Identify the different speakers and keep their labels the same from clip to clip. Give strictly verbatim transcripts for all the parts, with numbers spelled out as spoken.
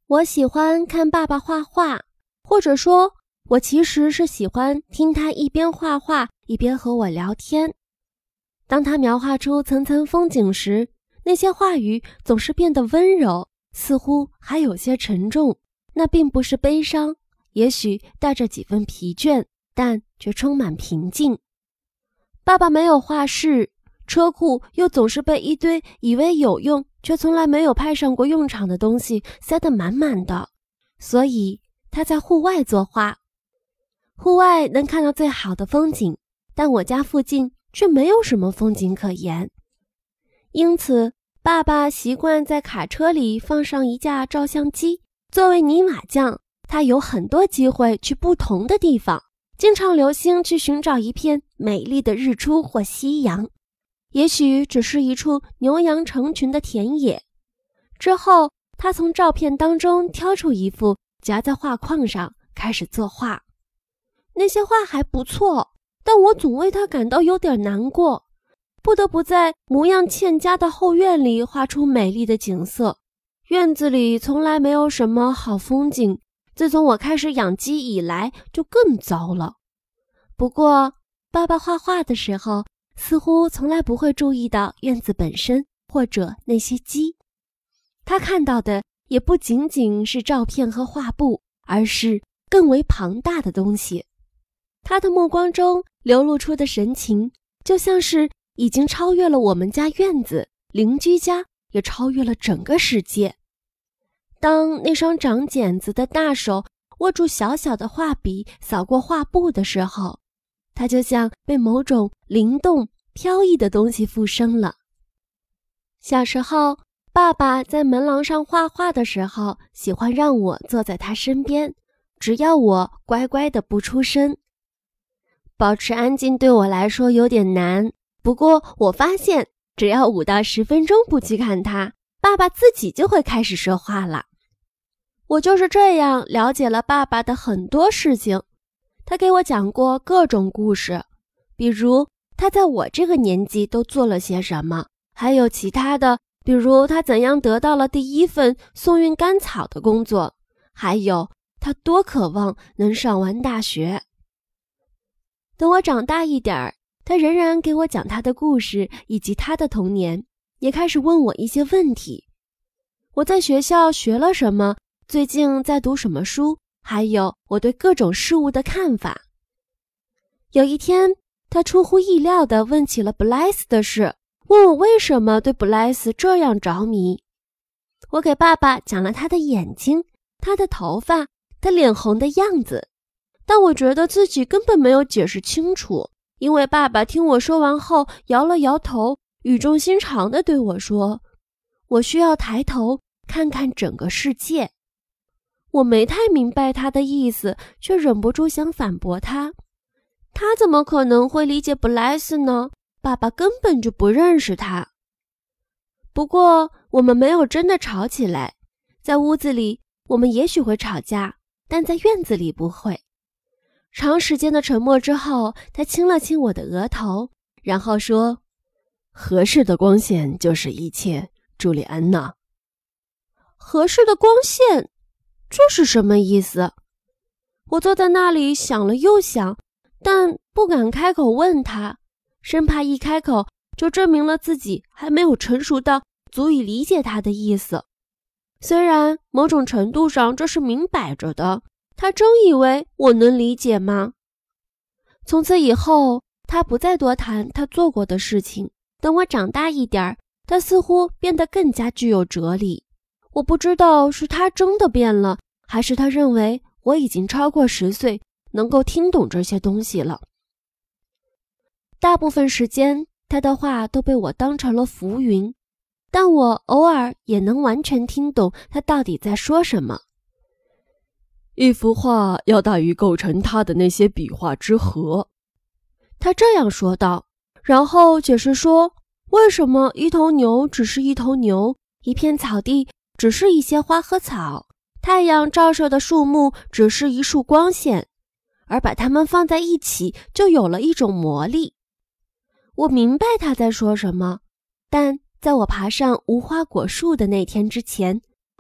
Speaker 1: 我喜欢看爸爸画画，或者说，我其实是喜欢听他一边画画一边和我聊天。当他描画出层层风景时，那些话语总是变得温柔，似乎还有些沉重。那并不是悲伤，也许带着几分疲倦，但却充满平静。爸爸没有画室，车库又总是被一堆以为有用却从来没有派上过用场的东西塞得满满的，所以他在户外作画。户外能看到最好的风景，但我家附近却没有什么风景可言。因此，爸爸习惯在卡车里放上一架照相机。作为泥瓦匠，他有很多机会去不同的地方，经常留心去寻找一片美丽的日出或夕阳，也许只是一处牛羊成群的田野。之后，他从照片当中挑出一幅，夹在画框上，开始作画。那些画还不错，但我总为他感到有点难过，不得不在模样欠佳的后院里画出美丽的景色。院子里从来没有什么好风景，自从我开始养鸡以来就更糟了。不过，爸爸画画的时候，似乎从来不会注意到院子本身或者那些鸡。他看到的也不仅仅是照片和画布，而是更为庞大的东西。他的目光中流露出的神情，就像是已经超越了我们家院子，邻居家也超越了整个世界。当那双长茧子的大手握住小小的画笔扫过画布的时候，他就像被某种灵动飘逸的东西附身了。小时候，爸爸在门廊上画画的时候，喜欢让我坐在他身边，只要我乖乖的不出声。保持安静对我来说有点难，不过我发现只要五到十分钟不去看他，爸爸自己就会开始说话了。我就是这样了解了爸爸的很多事情。他给我讲过各种故事，比如他在我这个年纪都做了些什么，还有其他的，比如他怎样得到了第一份送运甘草的工作，还有他多渴望能上完大学。等我长大一点儿，他仍然给我讲他的故事以及他的童年，也开始问我一些问题。我在学校学了什么，最近在读什么书，还有我对各种事物的看法。有一天，他出乎意料地问起了布莱斯的事，问我为什么对布莱斯这样着迷。我给爸爸讲了他的眼睛，他的头发，他脸红的样子，但我觉得自己根本没有解释清楚，因为爸爸听我说完后摇了摇头，语重心长地对我说，我需要抬头看看整个世界。我没太明白他的意思，却忍不住想反驳他。他怎么可能会理解布莱斯呢？爸爸根本就不认识他。不过，我们没有真的吵起来。在屋子里，我们也许会吵架，但在院子里不会。长时间的沉默之后，他亲了亲我的额头，然后说，合适的光线就是一切，朱莉安娜。合适的光线？这是什么意思？我坐在那里想了又想，但不敢开口问他，生怕一开口就证明了自己还没有成熟到足以理解他的意思。虽然某种程度上这是明摆着的，他真以为我能理解吗？从此以后，他不再多谈他做过的事情。等我长大一点，他似乎变得更加具有哲理。我不知道是他真的变了，还是他认为我已经超过十岁，能够听懂这些东西了。大部分时间，他的话都被我当成了浮云，但我偶尔也能完全听懂他到底在说什么。
Speaker 2: 一幅画要大于构成它的那些笔画之和，
Speaker 1: 他这样说道，然后解释说，为什么一头牛只是一头牛，一片草地只是一些花和草，太阳照射的树木只是一束光线，而把它们放在一起就有了一种魔力。我明白他在说什么，但在我爬上无花果树的那天之前，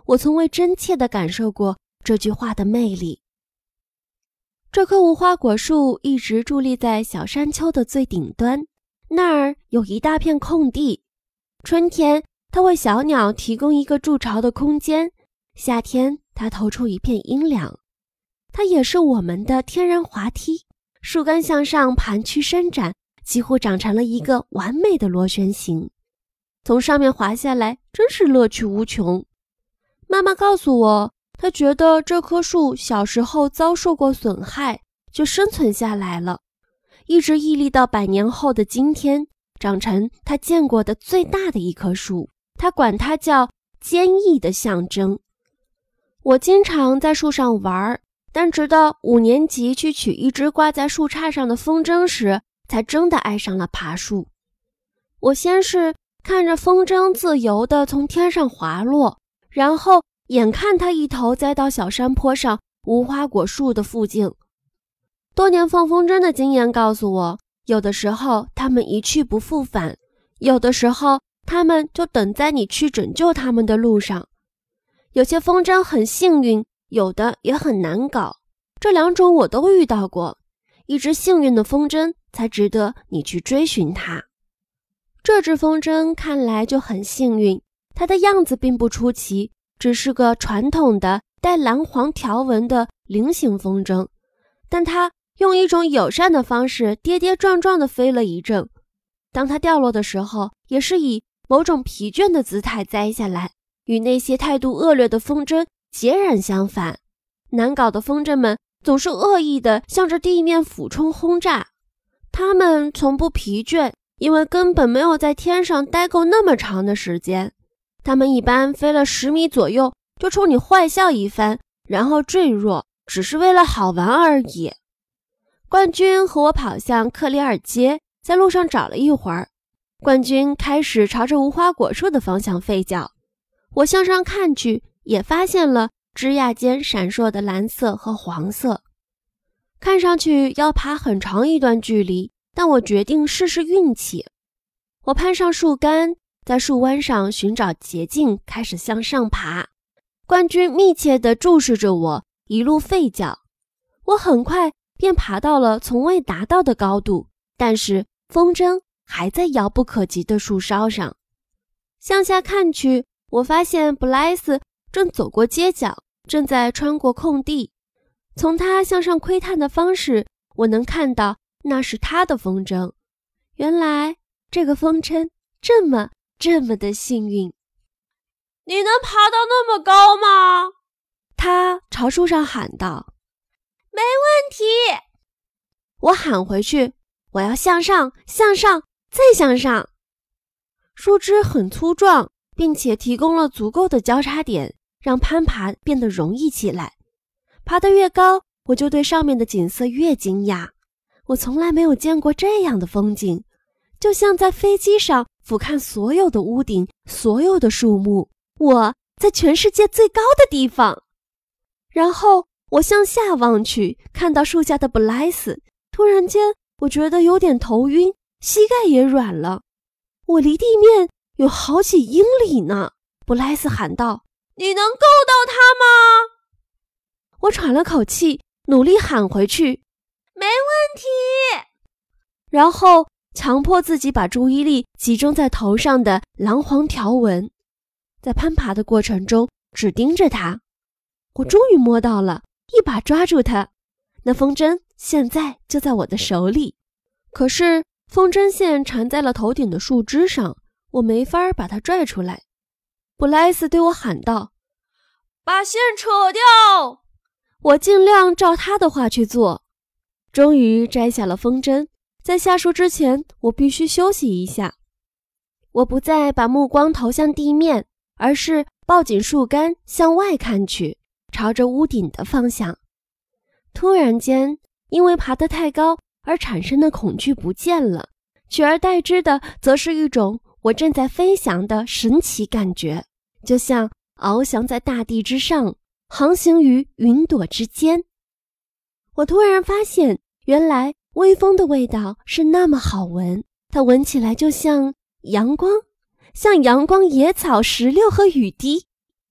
Speaker 1: 我从未真切地感受过这句话的魅力。这棵无花果树一直伫立在小山丘的最顶端，那儿有一大片空地。春天，它为小鸟提供一个筑巢的空间；夏天，它投出一片阴凉。它也是我们的天然滑梯，树干向上盘曲伸展，几乎长成了一个完美的螺旋形。从上面滑下来，真是乐趣无穷。妈妈告诉我，她觉得这棵树小时候遭受过损害，就生存下来了，一直屹立到百年后的今天，长成她见过的最大的一棵树。她管它叫坚毅的象征。我经常在树上玩，但直到五年级去取一只挂在树杈上的风筝时，才真的爱上了爬树。我先是看着风筝自由地从天上滑落，然后眼看它一头栽到小山坡上无花果树的附近。多年放风筝的经验告诉我，有的时候它们一去不复返，有的时候它们就等在你去拯救它们的路上。有些风筝很幸运，有的也很难搞，这两种我都遇到过。一只幸运的风筝才值得你去追寻它。这只风筝看来就很幸运，它的样子并不出奇，只是个传统的带蓝黄条纹的菱形风筝，但它用一种友善的方式跌跌撞撞地飞了一阵。当它掉落的时候，也是以某种疲倦的姿态栽下来，与那些态度恶劣的风筝截然相反。难搞的风筝们总是恶意地向着地面俯冲轰炸，它们从不疲倦，因为根本没有在天上待够那么长的时间。它们一般飞了十米左右，就冲你坏笑一番，然后坠落，只是为了好玩而已。冠军和我跑向克里尔街，在路上找了一会儿。冠军开始朝着无花果树的方向吠叫，我向上看去，也发现了枝桠间闪烁的蓝色和黄色。看上去要爬很长一段距离，但我决定试试运气。我攀上树干，在树弯上寻找捷径，开始向上爬。冠军密切地注视着我，一路吠叫。我很快便爬到了从未达到的高度，但是风筝还在遥不可及的树梢上。向下看去，我发现布莱斯正走过街角，正在穿过空地。从他向上窥探的方式，我能看到那是他的风筝。原来这个风筝这么这么的幸运。
Speaker 3: 你能爬到那么高吗？
Speaker 1: 他朝树上喊道。
Speaker 3: 没问题。
Speaker 1: 我喊回去，我要向上，向上，再向上。树枝很粗壮，并且提供了足够的交叉点，让攀爬变得容易起来。爬得越高，我就对上面的景色越惊讶。我从来没有见过这样的风景，就像在飞机上俯瞰所有的屋顶，所有的树木。我在全世界最高的地方。然后我向下望去，看到树下的布莱斯。突然间，我觉得有点头晕，膝盖也软了。我离地面有好几英里呢。布莱斯喊道：
Speaker 3: 你能够到它吗？
Speaker 1: 我喘了口气，努力喊回去：
Speaker 3: 没问题。
Speaker 1: 然后强迫自己把注意力集中在头上的蓝黄条纹，在攀爬的过程中只盯着它。我终于摸到了，一把抓住它。那风筝现在就在我的手里，可是风筝线缠在了头顶的树枝上，我没法把它拽出来。布莱斯对我喊道：
Speaker 3: 把线扯掉。
Speaker 1: 我尽量照他的话去做。终于摘下了风筝，在下树之前，我必须休息一下。我不再把目光投向地面，而是抱紧树干向外看去，朝着屋顶的方向。突然间，因为爬得太高而产生的恐惧不见了，取而代之的则是一种我正在飞翔的神奇感觉，就像翱翔在大地之上，航行于云朵之间。我突然发现，原来微风的味道是那么好闻，它闻起来就像阳光，像阳光、野草、石榴和雨滴。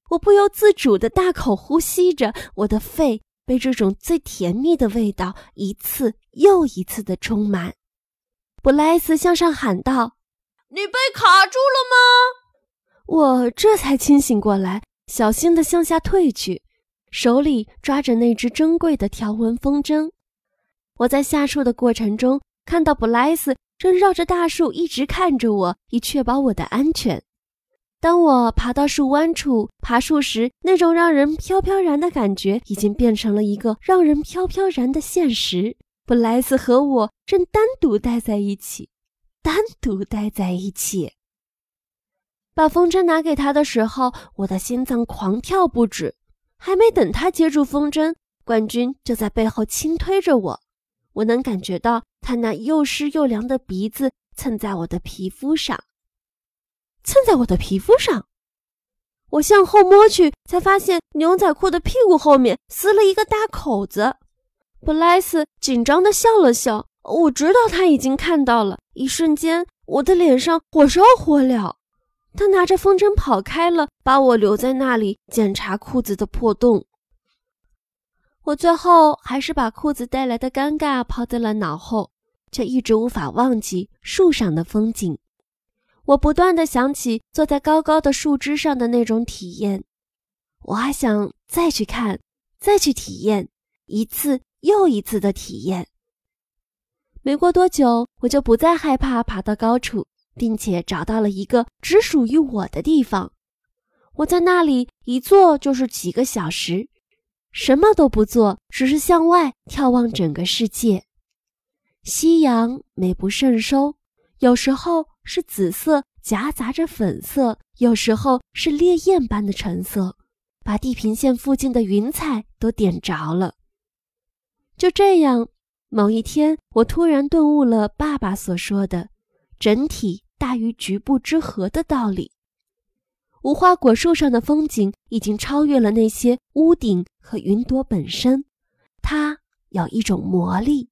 Speaker 1: 我不由自主地大口呼吸着，我的肺被这种最甜蜜的味道一次又一次地充满。布莱斯向上喊道：“
Speaker 3: 你被卡住了吗？”
Speaker 1: 我这才清醒过来，小心地向下退去，手里抓着那只珍贵的条纹风筝。我在下树的过程中，看到布莱斯正绕着大树一直看着我，以确保我的安全。当我爬到树弯处，爬树时那种让人飘飘然的感觉已经变成了一个让人飘飘然的现实。布莱斯和我正单独待在一起，单独待在一起。把风筝拿给他的时候，我的心脏狂跳不止。还没等他接住风筝，冠军就在背后轻推着我。我能感觉到他那又湿又凉的鼻子蹭在我的皮肤上，蹭在我的皮肤上。我向后摸去，才发现牛仔裤的屁股后面撕了一个大口子。布莱斯紧张地笑了笑，我知道他已经看到了。一瞬间，我的脸上火烧火燎。他拿着风筝跑开了，把我留在那里检查裤子的破洞。我最后还是把裤子带来的尴尬抛在了脑后，却一直无法忘记树上的风景。我不断地想起坐在高高的树枝上的那种体验，我还想再去看，再去体验，一次又一次的体验。没过多久，我就不再害怕爬到高处，并且找到了一个只属于我的地方。我在那里一坐就是几个小时，什么都不做，只是向外眺望整个世界。夕阳美不胜收，有时候是紫色夹杂着粉色，有时候是烈焰般的橙色，把地平线附近的云彩都点着了。就这样，某一天，我突然顿悟了爸爸所说的整体大于局部之和的道理。无花果树上的风景已经超越了那些屋顶和云朵本身，它有一种魔力。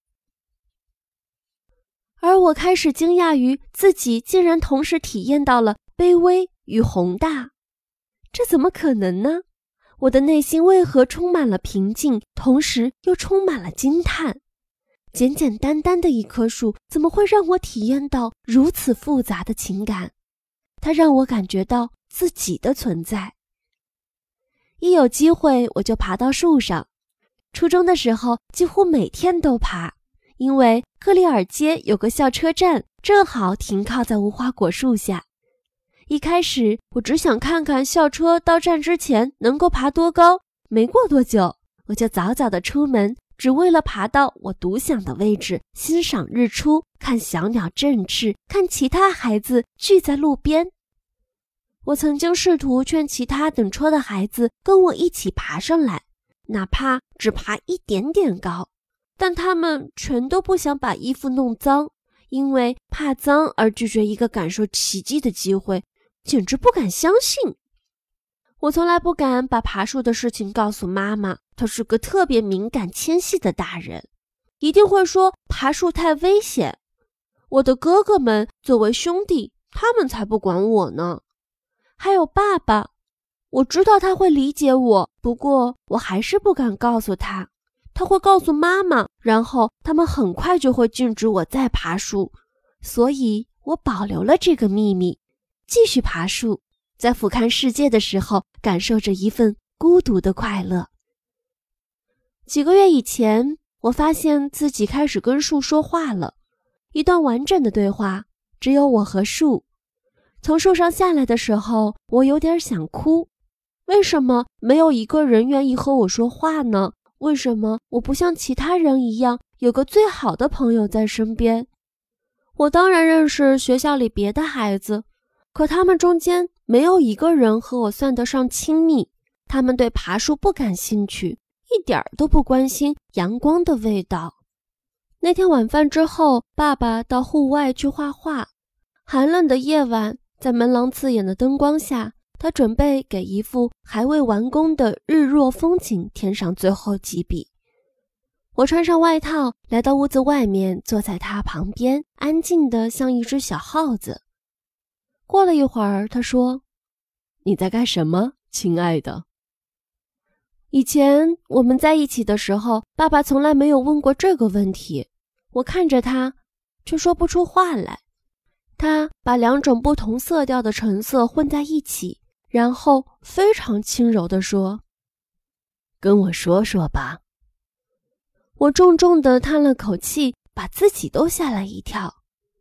Speaker 1: 而我开始惊讶于自己竟然同时体验到了卑微与宏大，这怎么可能呢？我的内心为何充满了平静，同时又充满了惊叹？简简单单的一棵树，怎么会让我体验到如此复杂的情感？它让我感觉到自己的存在。一有机会我就爬到树上，初中的时候几乎每天都爬，因为克里尔街有个校车站，正好停靠在无花果树下。一开始我只想看看校车到站之前能够爬多高，没过多久我就早早地出门，只为了爬到我独享的位置，欣赏日出，看小鸟振翅，看其他孩子聚在路边。我曾经试图劝其他等车的孩子跟我一起爬上来，哪怕只爬一点点高，但他们全都不想把衣服弄脏，因为怕脏而拒绝一个感受奇迹的机会，简直不敢相信。我从来不敢把爬树的事情告诉妈妈，她是个特别敏感纤细的大人，一定会说爬树太危险。我的哥哥们作为兄弟，他们才不管我呢。还有爸爸，我知道他会理解我，不过我还是不敢告诉他。他会告诉妈妈，然后他们很快就会禁止我再爬树，所以我保留了这个秘密，继续爬树，在俯瞰世界的时候，感受着一份孤独的快乐。几个月以前，我发现自己开始跟树说话了，一段完整的对话，只有我和树。从树上下来的时候，我有点想哭。为什么没有一个人愿意和我说话呢？为什么我不像其他人一样，有个最好的朋友在身边？我当然认识学校里别的孩子，可他们中间没有一个人和我算得上亲密。他们对爬树不感兴趣，一点儿都不关心阳光的味道。那天晚饭之后，爸爸到户外去画画。寒冷的夜晚，在门廊刺眼的灯光下，他准备给一幅还未完工的日落风景添上最后几笔。我穿上外套，来到屋子外面，坐在他旁边，安静得像一只小耗子。过了一会儿，他说：“你在干什么？
Speaker 2: 亲爱的。
Speaker 1: 以前我们在一起的时候，爸爸从来没有问过这个问题。我看着他，却说不出话来。他把两种不同色调的橙色混在一起，然后非常轻柔地说：“
Speaker 2: 跟我说说吧。”
Speaker 1: 我重重地叹了口气，把自己都吓了一跳。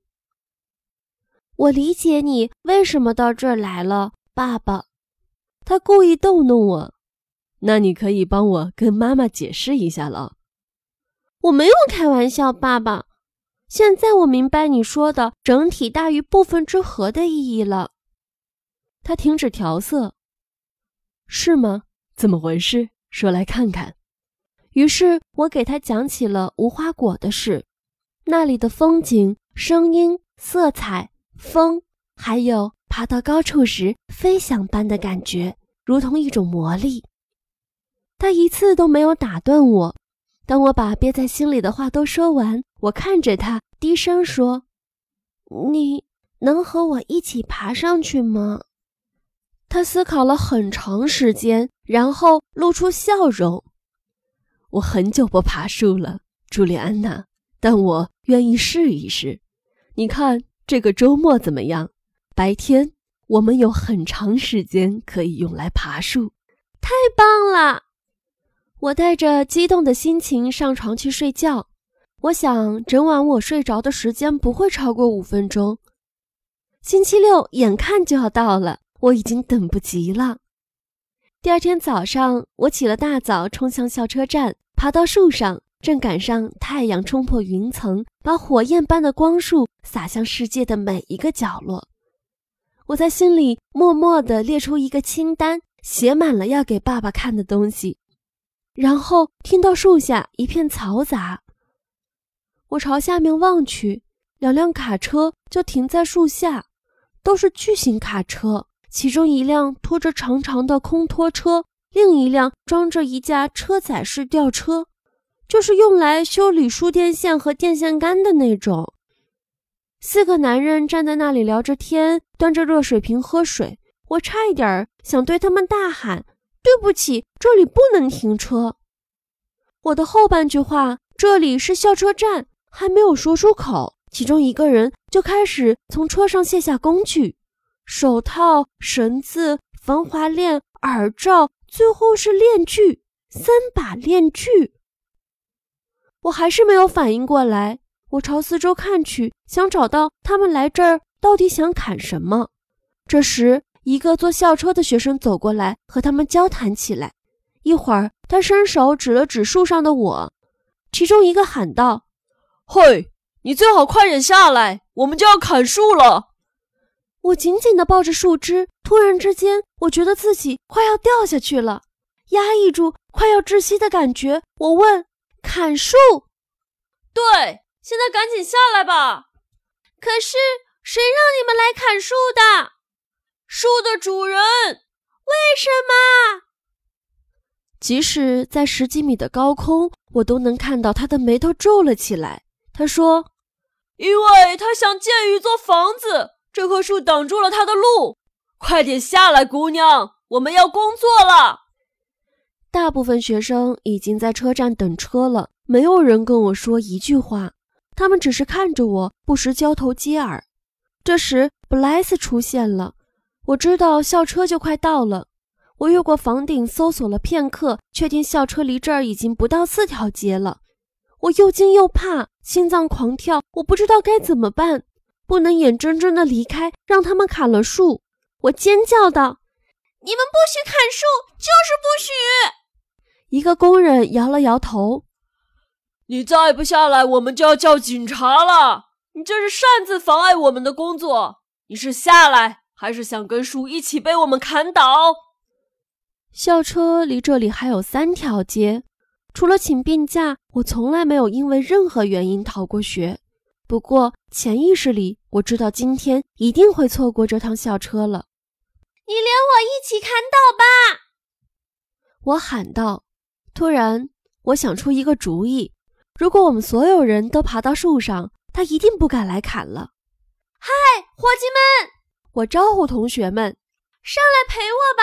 Speaker 1: 我理解你为什么到这儿来了，爸爸。他故意逗弄我。
Speaker 2: 那你可以帮我跟妈妈解释一下了。
Speaker 1: 我没有开玩笑，爸爸。现在我明白你说的整体大于部分之和的意义了。
Speaker 2: 他停止调色。是吗？怎么回事？说来看看。
Speaker 1: 于是我给他讲起了无花果的事，那里的风景、声音、色彩、风，还有爬到高处时飞翔般的感觉，如同一种魔力。他一次都没有打断我。当我把憋在心里的话都说完，我看着他，低声说：“你能和我一起爬上去吗？”他思考了很长时间，然后露出笑容。
Speaker 2: 我很久不爬树了，朱莉安娜，但我愿意试一试。你看这个周末怎么样？白天我们有很长时间可以用来爬树。
Speaker 1: 太棒了！我带着激动的心情上床去睡觉。我想整晚我睡着的时间不会超过五分钟。星期六眼看就要到了，我已经等不及了。第二天早上，我起了大早，冲向校车站，爬到树上，正赶上太阳冲破云层，把火焰般的光束洒向世界的每一个角落。我在心里默默地列出一个清单，写满了要给爸爸看的东西。然后听到树下一片嘈杂，我朝下面望去，两辆卡车就停在树下，都是巨型卡车，其中一辆拖着长长的空拖车，另一辆装着一架车载式吊车，就是用来修理输电线和电线杆的那种。四个男人站在那里聊着天，端着热水瓶喝水，我差一点想对他们大喊：“对不起，这里不能停车。”我的后半句话，这里是校车站，还没有说出口，其中一个人就开始从车上卸下工具，手套、绳子、防滑链、耳罩，最后是链锯，三把链锯。我还是没有反应过来，我朝四周看去，想找到他们来这儿到底想砍什么。这时一个坐校车的学生走过来，和他们交谈起来。一会儿，他伸手指了指树上的我，其中一个喊道：“
Speaker 3: 嘿，你最好快点下来，我们就要砍树了。”
Speaker 1: 我紧紧地抱着树枝，突然之间，我觉得自己快要掉下去了，压抑住快要窒息的感觉。我问：“砍树？”“
Speaker 3: 对，现在赶紧下来吧。”“
Speaker 1: 可是，谁让你们来砍树的？”“
Speaker 3: 树的主人。”“
Speaker 1: 为什么？”即使在十几米的高空，我都能看到他的眉头皱了起来。他说：“
Speaker 3: 因为他想建一座房子，这棵树挡住了他的路。快点下来，姑娘，我们要工作了。”
Speaker 1: 大部分学生已经在车站等车了，没有人跟我说一句话，他们只是看着我，不时交头接耳。这时，布莱斯出现了，我知道校车就快到了。我越过房顶搜索了片刻，确定校车离这儿已经不到四条街了。我又惊又怕，心脏狂跳，我不知道该怎么办，不能眼睁睁地离开，让他们砍了树。我尖叫道：“你们不许砍树，就是不许！”一个工人摇了摇头：“
Speaker 3: 你再不下来，我们就要叫警察了。你这是擅自妨碍我们的工作。你是下来，还是想跟树一起被我们砍倒？”
Speaker 1: 校车离这里还有三条街，除了请病假，我从来没有因为任何原因逃过学。不过潜意识里，我知道今天一定会错过这趟校车了。“你连我一起砍倒吧！”我喊道。突然，我想出一个主意，如果我们所有人都爬到树上，他一定不敢来砍了。“嗨，伙计们！”我招呼同学们，“上来陪我吧！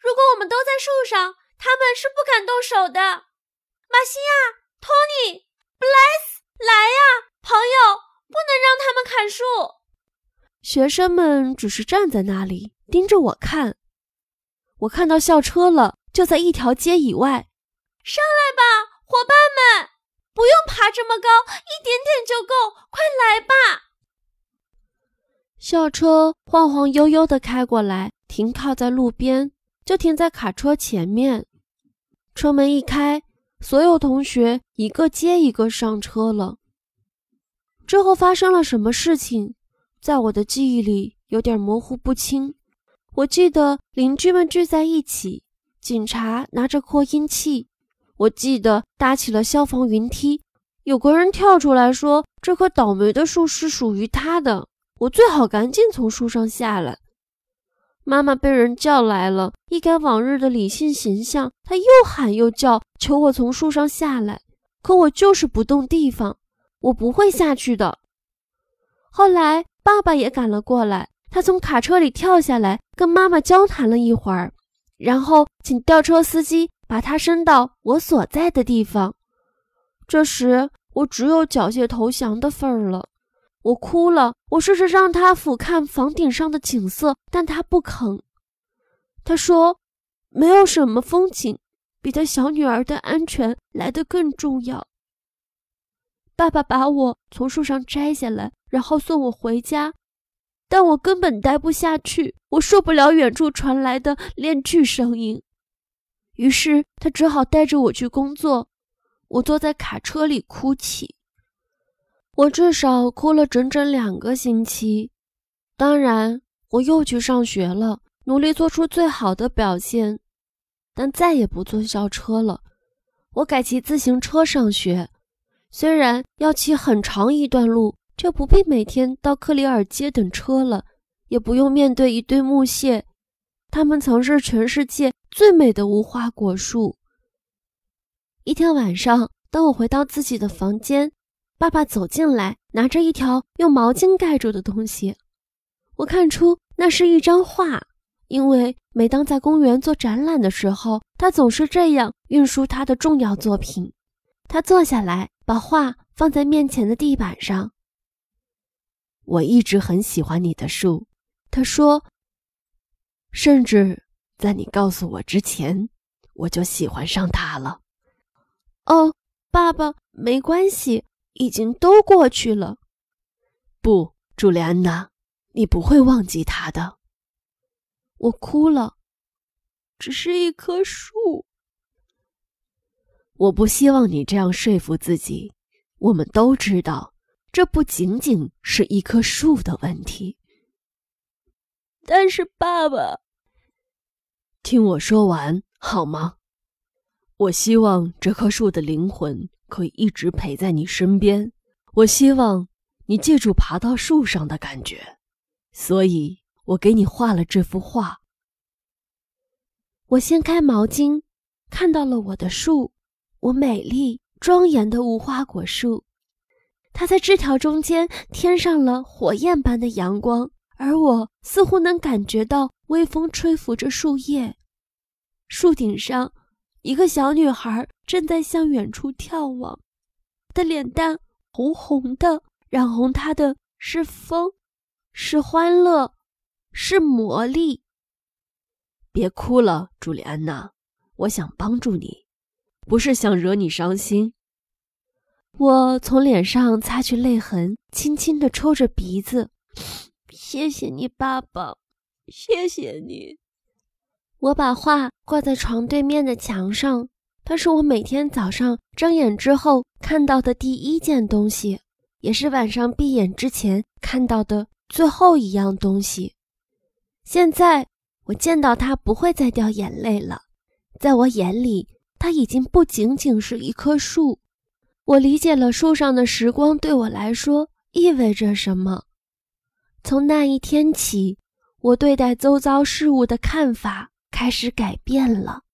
Speaker 1: 如果我们都在树上，他们是不敢动手的。马西亚、托尼、布莱斯，来呀，朋友，不能让他们砍树。
Speaker 2: 学生们只是站在那里盯着我看。我看到校车了，就在一条街以外。
Speaker 1: 上来吧，伙伴们，不用爬这么高，一点点就够，快来吧。
Speaker 2: 校车晃晃悠悠地开过来，停靠在路边，就停在卡车前面。车门一开，所有同学一个接一个上车了。之后发生了什么事情，在我的记忆里有点模糊不清。我记得邻居们聚在一起，警察拿着扩音器，我记得搭起了消防云梯，有个人跳出来说这棵倒霉的树是属于他的，我最好赶紧从树上下来。妈妈被人叫来了，一改往日的理性形象，她又喊又叫，求我从树上下来，可我就是不动地方，我不会下去的。后来爸爸也赶了过来，他从卡车里跳下来，跟妈妈交谈了一会儿，然后请吊车司机把他伸到我所在的地方。这时我只有缴械投降的份儿了。我哭了，我试着让他俯瞰房顶上的景色，但他不肯。他说，没有什么风景比他小女儿的安全来得更重要。爸爸把我从树上摘下来，然后送我回家，但我根本待不下去，我受不了远处传来的链锯声音。于是他只好带着我去工作。我坐在卡车里哭泣。我至少哭了整整两个星期。当然，我又去上学了，努力做出最好的表现，但再也不坐校车了。我改骑自行车上学，虽然要骑很长一段路，就不必每天到克里尔街等车了，也不用面对一堆木屑，它们曾是全世界最美的无花果树。一天晚上，当我回到自己的房间，爸爸走进来，拿着一条用毛巾盖住的东西。我看出那是一张画，因为每当在公园做展览的时候，他总是这样运输他的重要作品。他坐下来，把画放在面前的地板上。我一直很喜欢你的树，他说，甚至在你告诉我之前，我就喜欢上它了。哦，爸爸，没关系，已经都过去了。不，朱莉安娜，你不会忘记它的。我哭了，只是一棵树。我不希望你这样说服自己，我们都知道，这不仅仅是一棵树的问题。但是爸爸，听我说完好吗？我希望这棵树的灵魂可以一直陪在你身边，我希望你记住爬到树上的感觉，所以我给你画了这幅画。我掀开毛巾，看到了我的树，我美丽庄严的无花果树。它在枝条中间添上了火焰般的阳光，而我似乎能感觉到微风吹拂着树叶。树顶上，一个小女孩正在向远处眺望，她的脸蛋红红的，染红她的是风，是欢乐，是魔力。别哭了，朱莉安娜，我想帮助你，不是想惹你伤心。我从脸上擦去泪痕，轻轻地抽着鼻子。谢谢你，爸爸，谢谢你。我把画挂在床对面的墙上，它是我每天早上睁眼之后看到的第一件东西，也是晚上闭眼之前看到的最后一样东西。现在我见到它不会再掉眼泪了，在我眼里，它已经不仅仅是一棵树。我理解了树上的时光对我来说意味着什么。从那一天起，我对待周遭事物的看法开始改变了。